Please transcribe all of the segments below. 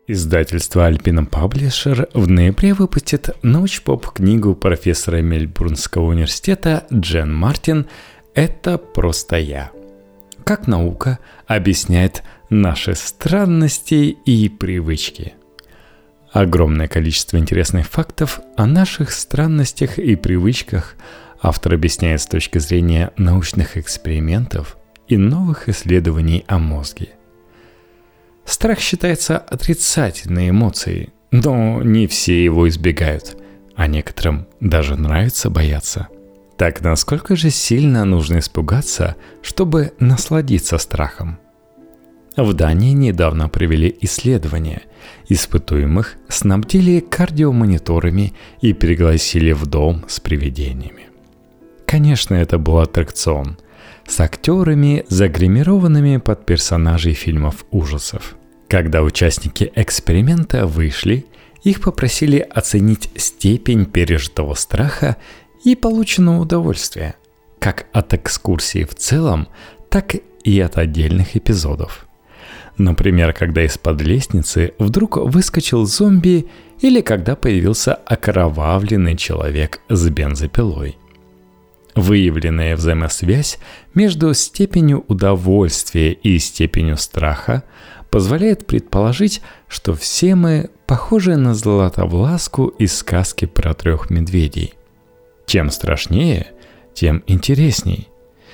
Издательство Alpina Publisher в ноябре выпустит научпоп-книгу профессора Мельбурнского университета Джен Мартин «Это просто я». Как наука объясняет наши странности и привычки. Огромное количество интересных фактов о наших странностях и привычках автор объясняет с точки зрения научных экспериментов и новых исследований о мозге. Страх считается отрицательной эмоцией, но не все его избегают, а некоторым даже нравится бояться. Так насколько же сильно нужно испугаться, чтобы насладиться страхом? В Дании недавно провели исследование. Испытуемых снабдили кардиомониторами и пригласили в дом с привидениями. Конечно, это был аттракцион с актерами, загримированными под персонажей фильмов ужасов. Когда участники эксперимента вышли, их попросили оценить степень пережитого страха и полученного удовольствия, как от экскурсии в целом, так и от отдельных эпизодов. Например, когда из-под лестницы вдруг выскочил зомби или когда появился окровавленный человек с бензопилой. Выявленная взаимосвязь между степенью удовольствия и степенью страха позволяет предположить, что все мы похожи на Златовласку из сказки про 3 медведей. Чем страшнее, тем интересней.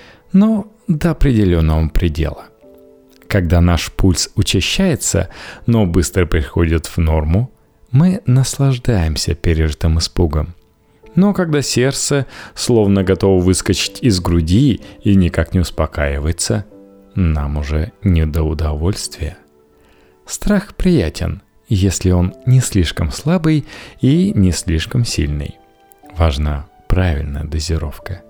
Но до определенного предела. Когда наш пульс учащается, но быстро приходит в норму, мы наслаждаемся пережитым испугом. Но когда сердце словно готово выскочить из груди и никак не успокаивается, нам уже не до удовольствия. Страх приятен, если он не слишком слабый и не слишком сильный. Важна правильная дозировка.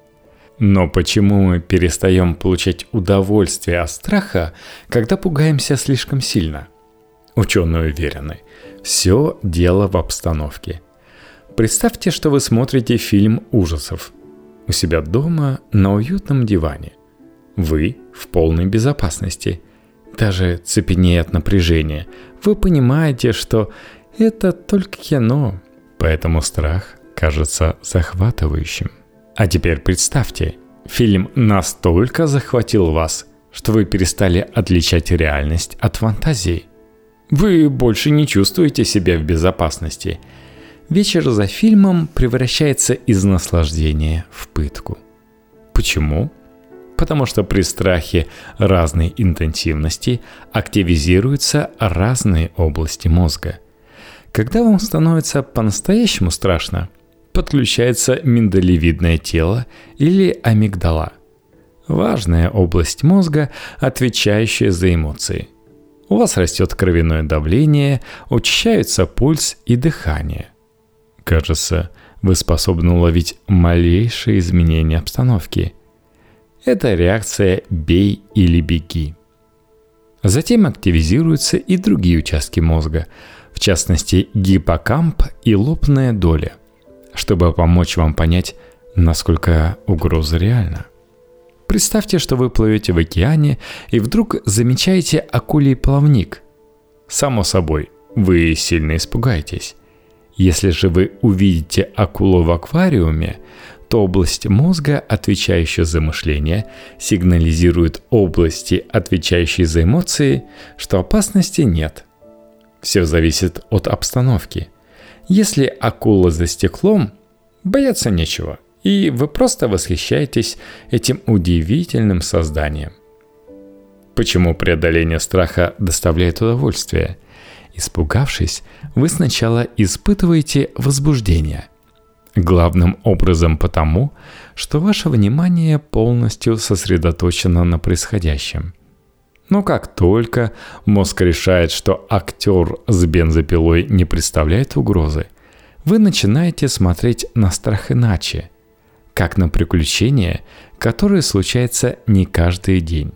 Но почему мы перестаем получать удовольствие от страха, когда пугаемся слишком сильно? Ученые уверены, все дело в обстановке. Представьте, что вы смотрите фильм ужасов у себя дома на уютном диване. Вы в полной безопасности, даже цепенея от напряжения. Вы понимаете, что это только кино, поэтому страх кажется захватывающим. А теперь представьте, фильм настолько захватил вас, что вы перестали отличать реальность от фантазии. Вы больше не чувствуете себя в безопасности. Вечер за фильмом превращается из наслаждения в пытку. Почему? Потому что при страхе разной интенсивности активизируются разные области мозга. Когда вам становится по-настоящему страшно, подключается миндалевидное тело или амигдала. Важная область мозга, отвечающая за эмоции. У вас растет кровяное давление, учащается пульс и дыхание. Кажется, вы способны уловить малейшие изменения обстановки. Это реакция «бей или беги». Затем активизируются и другие участки мозга, в частности гиппокамп и лобная доля, чтобы помочь вам понять, насколько угроза реальна. Представьте, что вы плывете в океане и вдруг замечаете акулий плавник. Само собой, вы сильно испугаетесь. Если же вы увидите акулу в аквариуме, то область мозга, отвечающая за мышление, сигнализирует области, отвечающей за эмоции, что опасности нет. Все зависит от обстановки. Если акула за стеклом, бояться нечего, и вы просто восхищаетесь этим удивительным созданием. Почему преодоление страха доставляет удовольствие? Испугавшись, вы сначала испытываете возбуждение. Главным образом потому, что ваше внимание полностью сосредоточено на происходящем. Но как только мозг решает, что актер с бензопилой не представляет угрозы, вы начинаете смотреть на страх иначе, как на приключение, которое случается не каждый день.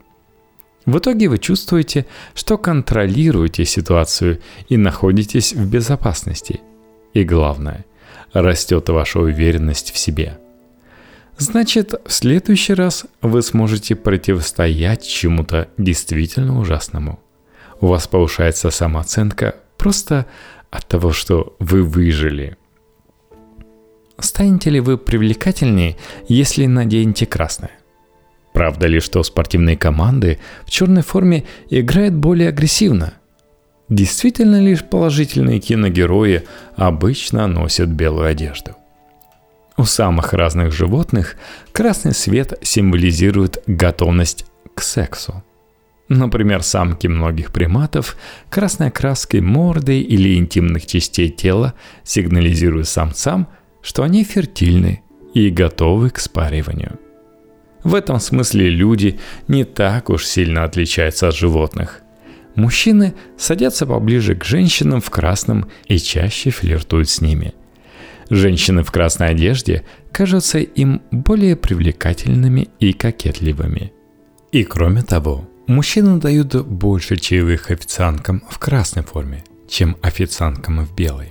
В итоге вы чувствуете, что контролируете ситуацию и находитесь в безопасности. И главное, растет ваша уверенность в себе. Значит, в следующий раз вы сможете противостоять чему-то действительно ужасному. У вас повышается самооценка просто от того, что вы выжили. Станете ли вы привлекательнее, если наденете красное? Правда ли, что спортивные команды в черной форме играют более агрессивно? Действительно ли положительные киногерои обычно носят белую одежду? У самых разных животных красный цвет символизирует готовность к сексу. Например, самки многих приматов красной краской морды или интимных частей тела сигнализируют самцам, что они фертильны и готовы к спариванию. В этом смысле люди не так уж сильно отличаются от животных. Мужчины садятся поближе к женщинам в красном и чаще флиртуют с ними. Женщины в красной одежде кажутся им более привлекательными и кокетливыми. И кроме того, мужчины дают больше чаевых официанткам в красной форме, чем официанткам в белой.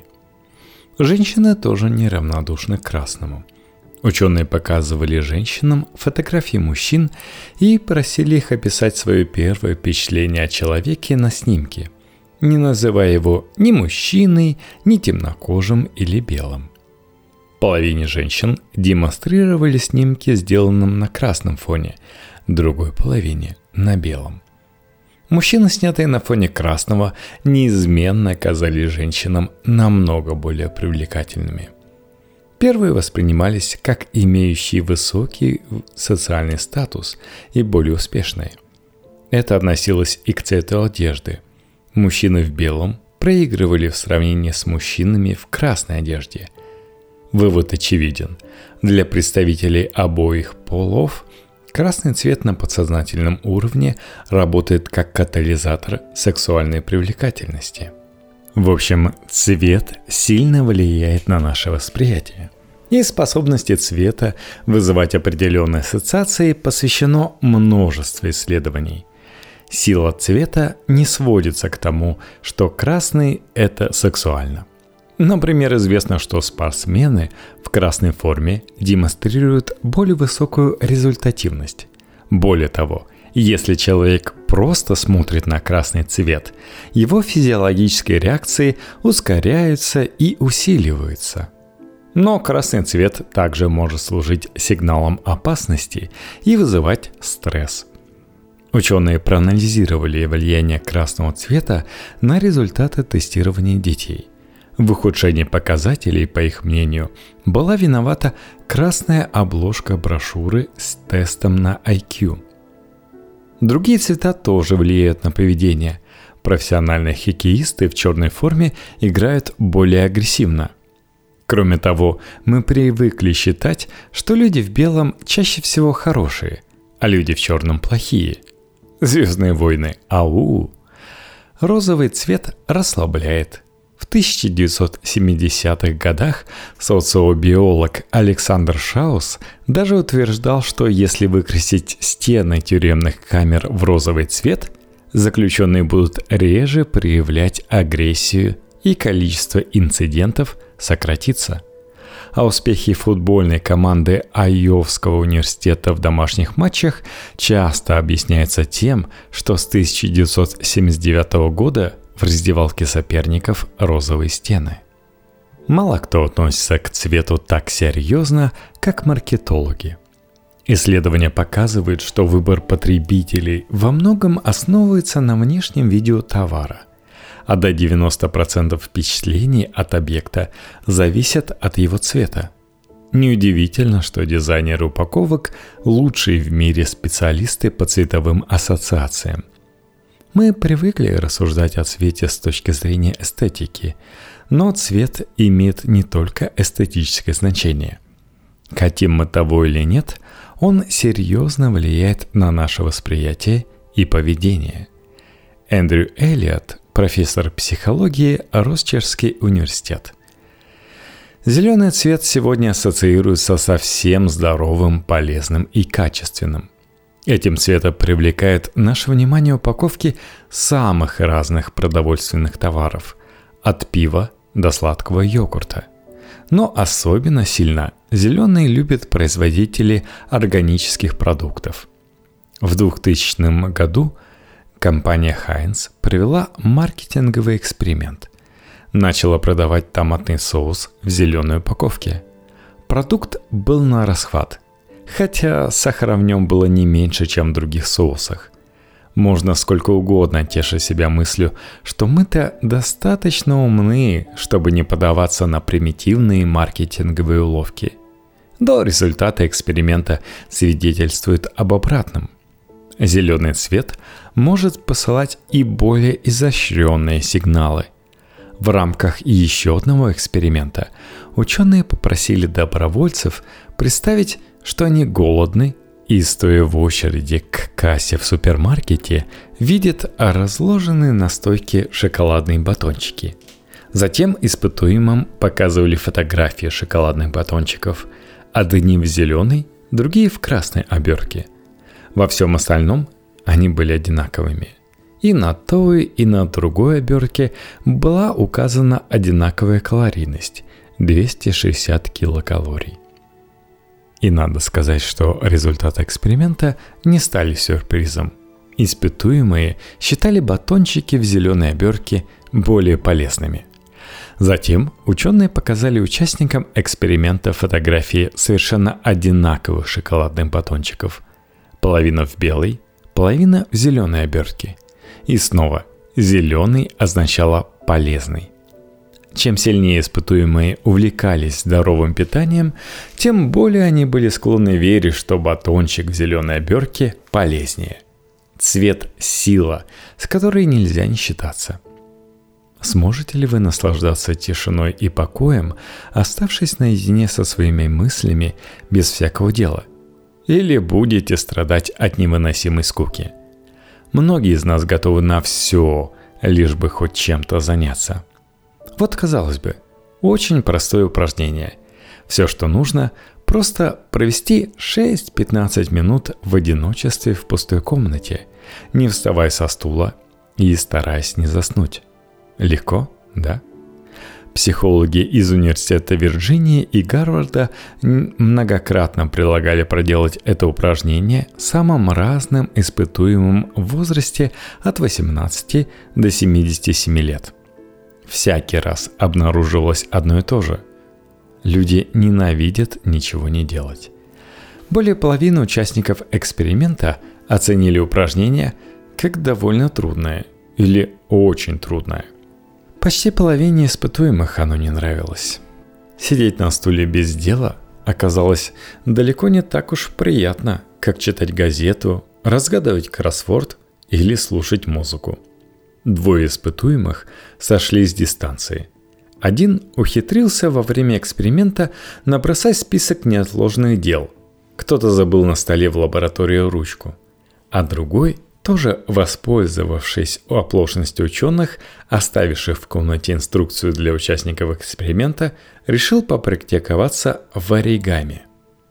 Женщины тоже неравнодушны к красному. Ученые показывали женщинам фотографии мужчин и просили их описать свое первое впечатление о человеке на снимке, не называя его ни мужчиной, ни темнокожим или белым. Половине женщин демонстрировали снимки, сделанным на красном фоне, другой половине – на белом. Мужчины, снятые на фоне красного, неизменно казались женщинам намного более привлекательными. Первые воспринимались как имеющие высокий социальный статус и более успешные. Это относилось и к цвету одежды. Мужчины в белом проигрывали в сравнении с мужчинами в красной одежде. Вывод очевиден. Для представителей обоих полов красный цвет на подсознательном уровне работает как катализатор сексуальной привлекательности. В общем, цвет сильно влияет на наше восприятие. И способности цвета вызывать определенные ассоциации посвящено множество исследований. Сила цвета не сводится к тому, что красный – это сексуально. Например, известно, что спортсмены в красной форме демонстрируют более высокую результативность. Более того, если человек просто смотрит на красный цвет, его физиологические реакции ускоряются и усиливаются. Но красный цвет также может служить сигналом опасности и вызывать стресс. Ученые проанализировали влияние красного цвета на результаты тестирования детей. В ухудшении показателей, по их мнению, была виновата красная обложка брошюры с тестом на IQ. Другие цвета тоже влияют на поведение. Профессиональные хоккеисты в черной форме играют более агрессивно. Кроме того, мы привыкли считать, что люди в белом чаще всего хорошие, а люди в черном плохие. «Звездные войны», ау! Розовый цвет расслабляет. В 1970-х годах социобиолог Александр Шаус даже утверждал, что если выкрасить стены тюремных камер в розовый цвет, заключенные будут реже проявлять агрессию и количество инцидентов сократится. А успехи футбольной команды Айовского университета в домашних матчах часто объясняются тем, что с 1979 года в раздевалке соперников розовые стены. Мало кто относится к цвету так серьезно, как маркетологи. Исследования показывают, что выбор потребителей во многом основывается на внешнем виде товара, а до 90% впечатлений от объекта зависят от его цвета. Неудивительно, что дизайнеры упаковок – лучшие в мире специалисты по цветовым ассоциациям. Мы привыкли рассуждать о цвете с точки зрения эстетики, но цвет имеет не только эстетическое значение. Хотим мы того или нет, он серьезно влияет на наше восприятие и поведение. Эндрю Эллиот, профессор психологии, Росчерский университет. Зеленый цвет сегодня ассоциируется со всем здоровым, полезным и качественным. Этим цветом привлекают наше внимание упаковки самых разных продовольственных товаров, от пива до сладкого йогурта. Но особенно сильно зеленый любят производители органических продуктов. В 2000 году Компания Heinz провела маркетинговый эксперимент. Начала продавать томатный соус в зеленой упаковке. Продукт был на расхват, хотя сахара в нем было не меньше, чем в других соусах. Можно сколько угодно тешить себя мыслью, что мы-то достаточно умны, чтобы не поддаваться на примитивные маркетинговые уловки. Но результаты эксперимента свидетельствуют об обратном. Зеленый цвет может посылать и более изощренные сигналы. В рамках еще одного эксперимента ученые попросили добровольцев представить, что они голодны и, стоя в очереди к кассе в супермаркете, видят разложенные на стойке шоколадные батончики. Затем испытуемым показывали фотографии шоколадных батончиков, одни в зеленой, другие в красной обертке. Во всем остальном они были одинаковыми. И на той, и на другой обертке была указана одинаковая калорийность – 260 килокалорий. И надо сказать, что результаты эксперимента не стали сюрпризом. Испытуемые считали батончики в зеленой обертке более полезными. Затем ученые показали участникам эксперимента фотографии совершенно одинаковых шоколадных батончиков. Половина в белой, половина в зеленой обертке. И снова зеленый означало полезный. Чем сильнее испытуемые увлекались здоровым питанием, тем более они были склонны верить, что батончик в зеленой обертке полезнее. Цвет – сила, с которой нельзя не считаться. Сможете ли вы наслаждаться тишиной и покоем, оставшись наедине со своими мыслями без всякого дела? Или будете страдать от невыносимой скуки? Многие из нас готовы на все, лишь бы хоть чем-то заняться. Вот, казалось бы, очень простое упражнение. Все, что нужно, просто провести 6-15 минут в одиночестве в пустой комнате, не вставая со стула и стараясь не заснуть. Легко, да? Психологи из университета Вирджинии и Гарварда многократно предлагали проделать это упражнение самым разным испытуемым в возрасте от 18 до 77 лет. Всякий раз обнаруживалось одно и то же. Люди ненавидят ничего не делать. Более половины участников эксперимента оценили упражнение как довольно трудное или очень трудное. Почти половине испытуемых оно не нравилось. Сидеть на стуле без дела оказалось далеко не так уж приятно, как читать газету, разгадывать кроссворд или слушать музыку. Двое испытуемых сошли с дистанции. Один ухитрился во время эксперимента набросать список неотложных дел. Кто-то забыл на столе в лаборатории ручку. А другой, тоже воспользовавшись оплошностью ученых, оставивших в комнате инструкцию для участников эксперимента, решил попрактиковаться в оригами.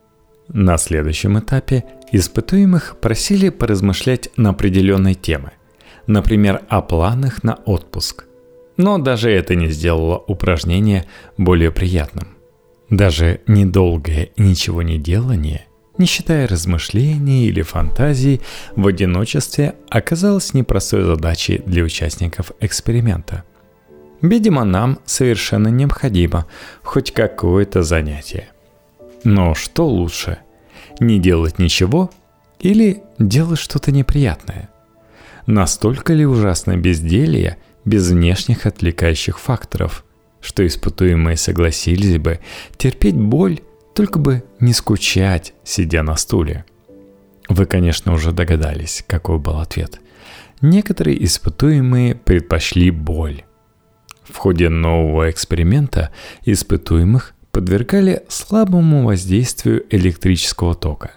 На следующем этапе испытуемых просили поразмышлять на определенные темы. Например, о планах на отпуск. Но даже это не сделало упражнение более приятным. Даже недолгое ничего не делание, не считая размышлений или фантазий, в одиночестве оказалось непростой задачей для участников эксперимента. Видимо, нам совершенно необходимо хоть какое-то занятие. Но что лучше? Не делать ничего или делать что-то неприятное? Настолько ли ужасно безделье без внешних отвлекающих факторов, что испытуемые согласились бы терпеть боль, только бы не скучать, сидя на стуле? Вы, конечно, уже догадались, какой был ответ. Некоторые испытуемые предпочли боль. В ходе нового эксперимента испытуемых подвергали слабому воздействию электрического тока.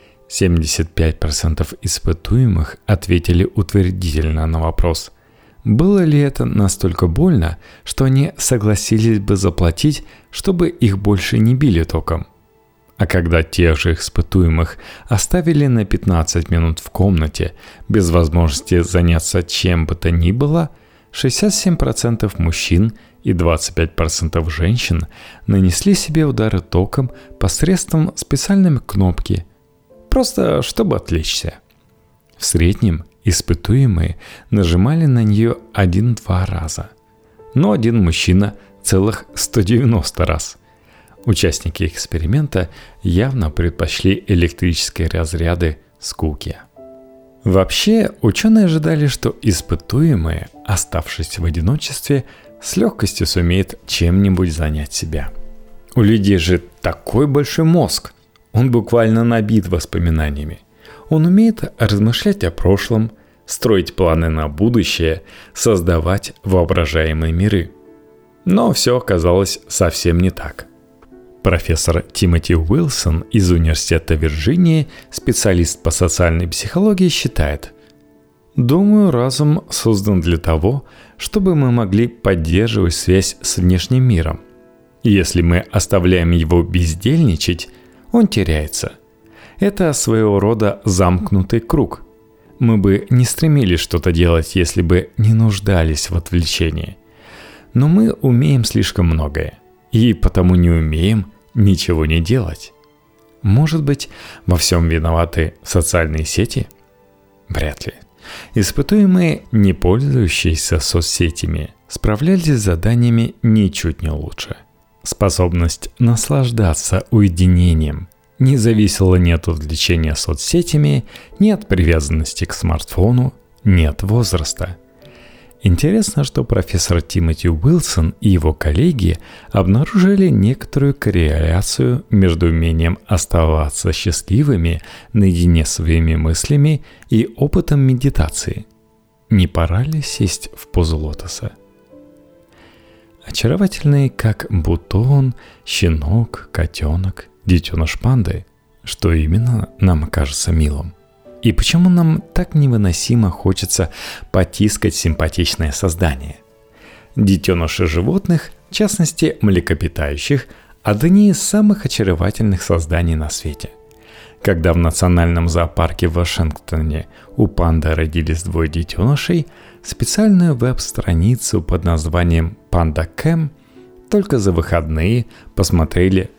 75% испытуемых ответили утвердительно на вопрос, было ли это настолько больно, что они согласились бы заплатить, чтобы их больше не били током. А когда тех же испытуемых оставили на 15 минут в комнате без возможности заняться чем бы то ни было, 67% мужчин и 25% женщин нанесли себе удары током посредством специальной кнопки, просто чтобы отвлечься. В среднем Испытуемые нажимали на нее 1-2 раза, но один мужчина целых 190 раз. Участники эксперимента явно предпочли электрические разряды скуке. Вообще, ученые ожидали, что испытуемые, оставшись в одиночестве, с легкостью сумеют чем-нибудь занять себя. У людей же такой большой мозг, он буквально набит воспоминаниями. Он умеет размышлять о прошлом, строить планы на будущее, создавать воображаемые миры. Но все оказалось совсем не так. Профессор Тимоти Уилсон из Университета Вирджинии, специалист по социальной психологии, считает: «Думаю, разум создан для того, чтобы мы могли поддерживать связь с внешним миром. Если мы оставляем его бездельничать, он теряется. Это своего рода замкнутый круг. Мы бы не стремились что-то делать, если бы не нуждались в отвлечении. Но мы умеем слишком многое, и потому не умеем ничего не делать. Может быть, во всем виноваты социальные сети? Вряд ли. Испытуемые, не пользующиеся соцсетями, справлялись с заданиями ничуть не лучше. Способность наслаждаться уединением не зависела ни от увлечения соцсетями, ни от привязанности к смартфону, ни от возраста. Интересно, что профессор Тимоти Уилсон и его коллеги обнаружили некоторую корреляцию между умением оставаться счастливыми наедине с своими мыслями и опытом медитации. Не пора ли сесть в позу лотоса? Очаровательные, как бутон, щенок, котенок, детеныш панды. Что именно нам кажется милым? И почему нам так невыносимо хочется потискать симпатичное создание? Детеныши животных, в частности млекопитающих, одни из самых очаровательных созданий на свете. Когда в национальном зоопарке в Вашингтоне у панды родились 2 детенышей, специальную веб-страницу под названием PandaCam только за выходные посмотрели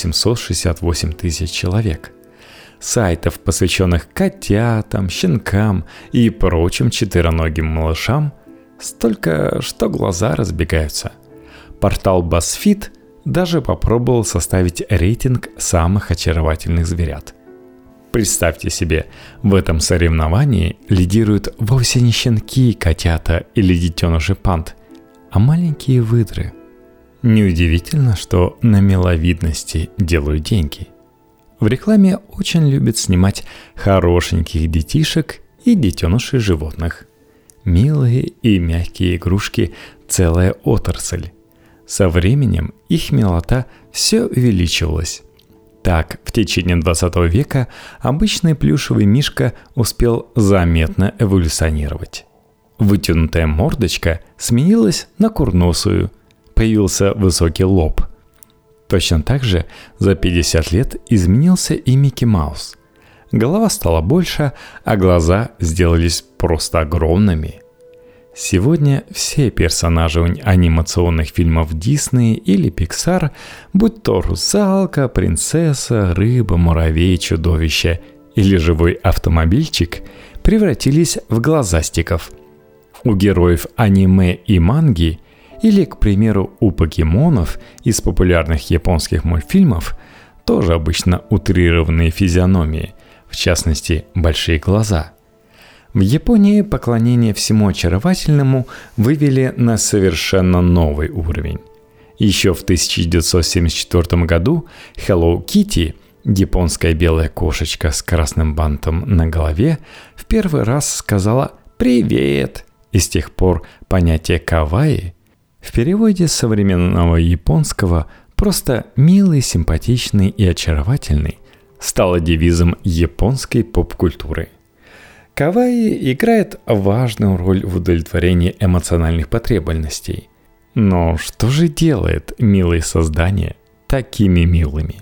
868 тысяч человек. Сайтов, посвященных котятам, щенкам и прочим четвероногим малышам, столько, что глаза разбегаются. Портал BuzzFeed даже попробовал составить рейтинг самых очаровательных зверят. Представьте себе, в этом соревновании лидируют вовсе не щенки, котята или детеныши панд, а маленькие выдры. Неудивительно, что на миловидности делают деньги. В рекламе очень любят снимать хорошеньких детишек и детенышей животных. Милые и мягкие игрушки – целая отрасль. Со временем их милота все увеличивалась. Так, в течение 20 века обычный плюшевый мишка успел заметно эволюционировать. Вытянутая мордочка сменилась на курносую, появился высокий лоб. Точно так же за 50 лет изменился и Микки Маус. Голова стала больше, а глаза сделались просто огромными. Сегодня все персонажи анимационных фильмов Disney или Pixar, будь то русалка, принцесса, рыба, муравей, чудовище или живой автомобильчик, превратились в глазастиков. У героев аниме и манги или, к примеру, у покемонов из популярных японских мультфильмов тоже обычно утрированные физиономии, в частности, большие глаза. В Японии поклонение всему очаровательному вывели на совершенно новый уровень. Еще в 1974 году Hello Kitty, японская белая кошечка с красным бантом на голове, в первый раз сказала «Привет!», и с тех пор понятие «каваи» в переводе с современного японского просто «милый, симпатичный и очаровательный» стало девизом японской поп-культуры. Каваи играет важную роль в удовлетворении эмоциональных потребностей. Но что же делает милые создания такими милыми?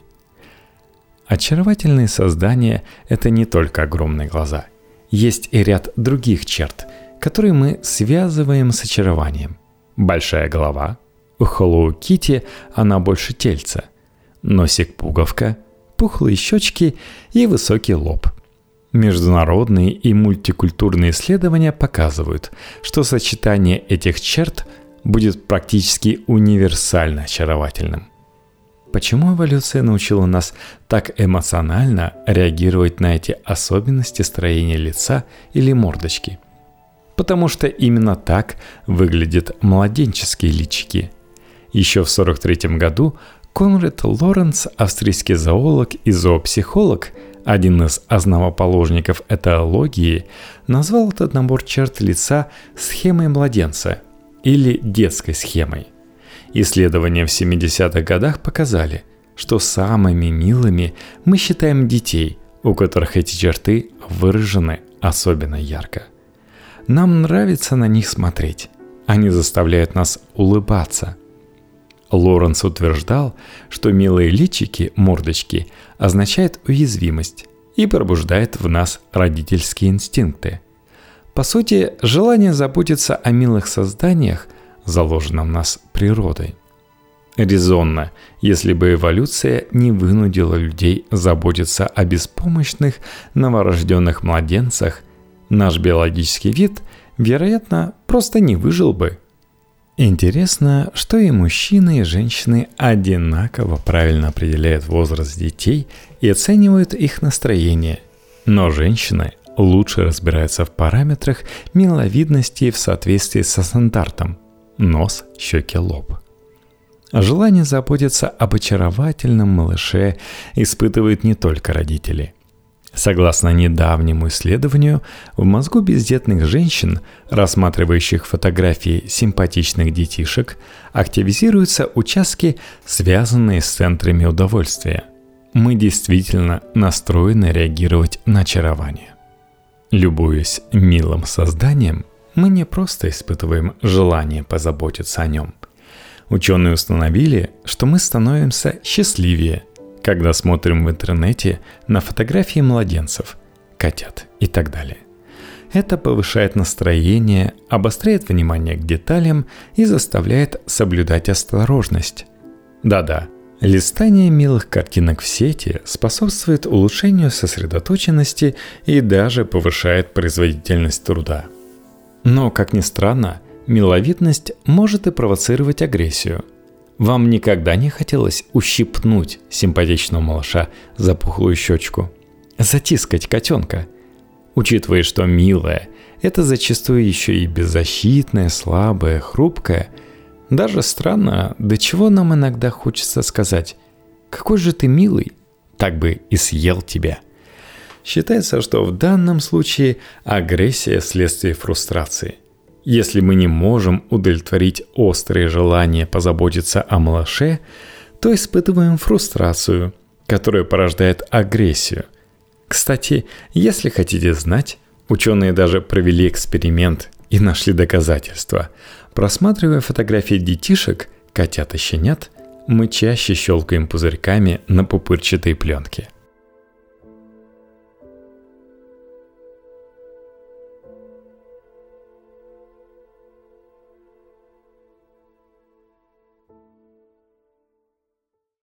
Очаровательные создания – это не только огромные глаза. Есть и ряд других черт, которые мы связываем с очарованием. Большая голова, у Hello Kitty она больше тельца, носик-пуговка, пухлые щечки и высокий лоб. Международные и мультикультурные исследования показывают, что сочетание этих черт будет практически универсально очаровательным. Почему эволюция научила нас так эмоционально реагировать на эти особенности строения лица или мордочки? Потому что именно так выглядят младенческие личики. Еще в 1943 году Конрад Лоренц, австрийский зоолог и зоопсихолог, один из основоположников этиологии, назвал этот набор черт лица схемой младенца или детской схемой. Исследования в 70-х годах показали, что самыми милыми мы считаем детей, у которых эти черты выражены особенно ярко. Нам нравится на них смотреть. Они заставляют нас улыбаться. Лоренц утверждал, что милые личики, мордочки, означают уязвимость и пробуждают в нас родительские инстинкты. По сути, желание заботиться о милых созданиях заложено в нас природой. Резонно, если бы эволюция не вынудила людей заботиться о беспомощных новорожденных младенцах, наш биологический вид, вероятно, просто не выжил бы. Интересно, что и мужчины, и женщины одинаково правильно определяют возраст детей и оценивают их настроение. Но женщины лучше разбираются в параметрах миловидности в соответствии со стандартом – нос, щеки, лоб. Желание заботиться об очаровательном малыше испытывают не только родители. Согласно недавнему исследованию, в мозгу бездетных женщин, рассматривающих фотографии симпатичных детишек, активизируются участки, связанные с центрами удовольствия. Мы действительно настроены реагировать на очарование. Любуясь милым созданием, мы не просто испытываем желание позаботиться о нем. Ученые установили, что мы становимся счастливее, когда смотрим в интернете на фотографии младенцев, котят и так далее. Это повышает настроение, обостряет внимание к деталям и заставляет соблюдать осторожность. Да-да, листание милых картинок в сети способствует улучшению сосредоточенности и даже повышает производительность труда. Но, как ни странно, миловидность может и провоцировать агрессию. Вам никогда не хотелось ущипнуть симпатичного малыша за пухлую щечку? Затискать котенка? Учитывая, что милое – это зачастую еще и беззащитное, слабое, хрупкое, даже странно, до чего нам иногда хочется сказать: «Какой же ты милый, так бы и съел тебя». Считается, что в данном случае агрессия – следствие фрустрации. Если мы не можем удовлетворить острые желания позаботиться о малыше, то испытываем фрустрацию, которая порождает агрессию. Кстати, если хотите знать, ученые даже провели эксперимент и нашли доказательства. Просматривая фотографии детишек, котят и щенят, мы чаще щелкаем пузырьками на пупырчатой пленке.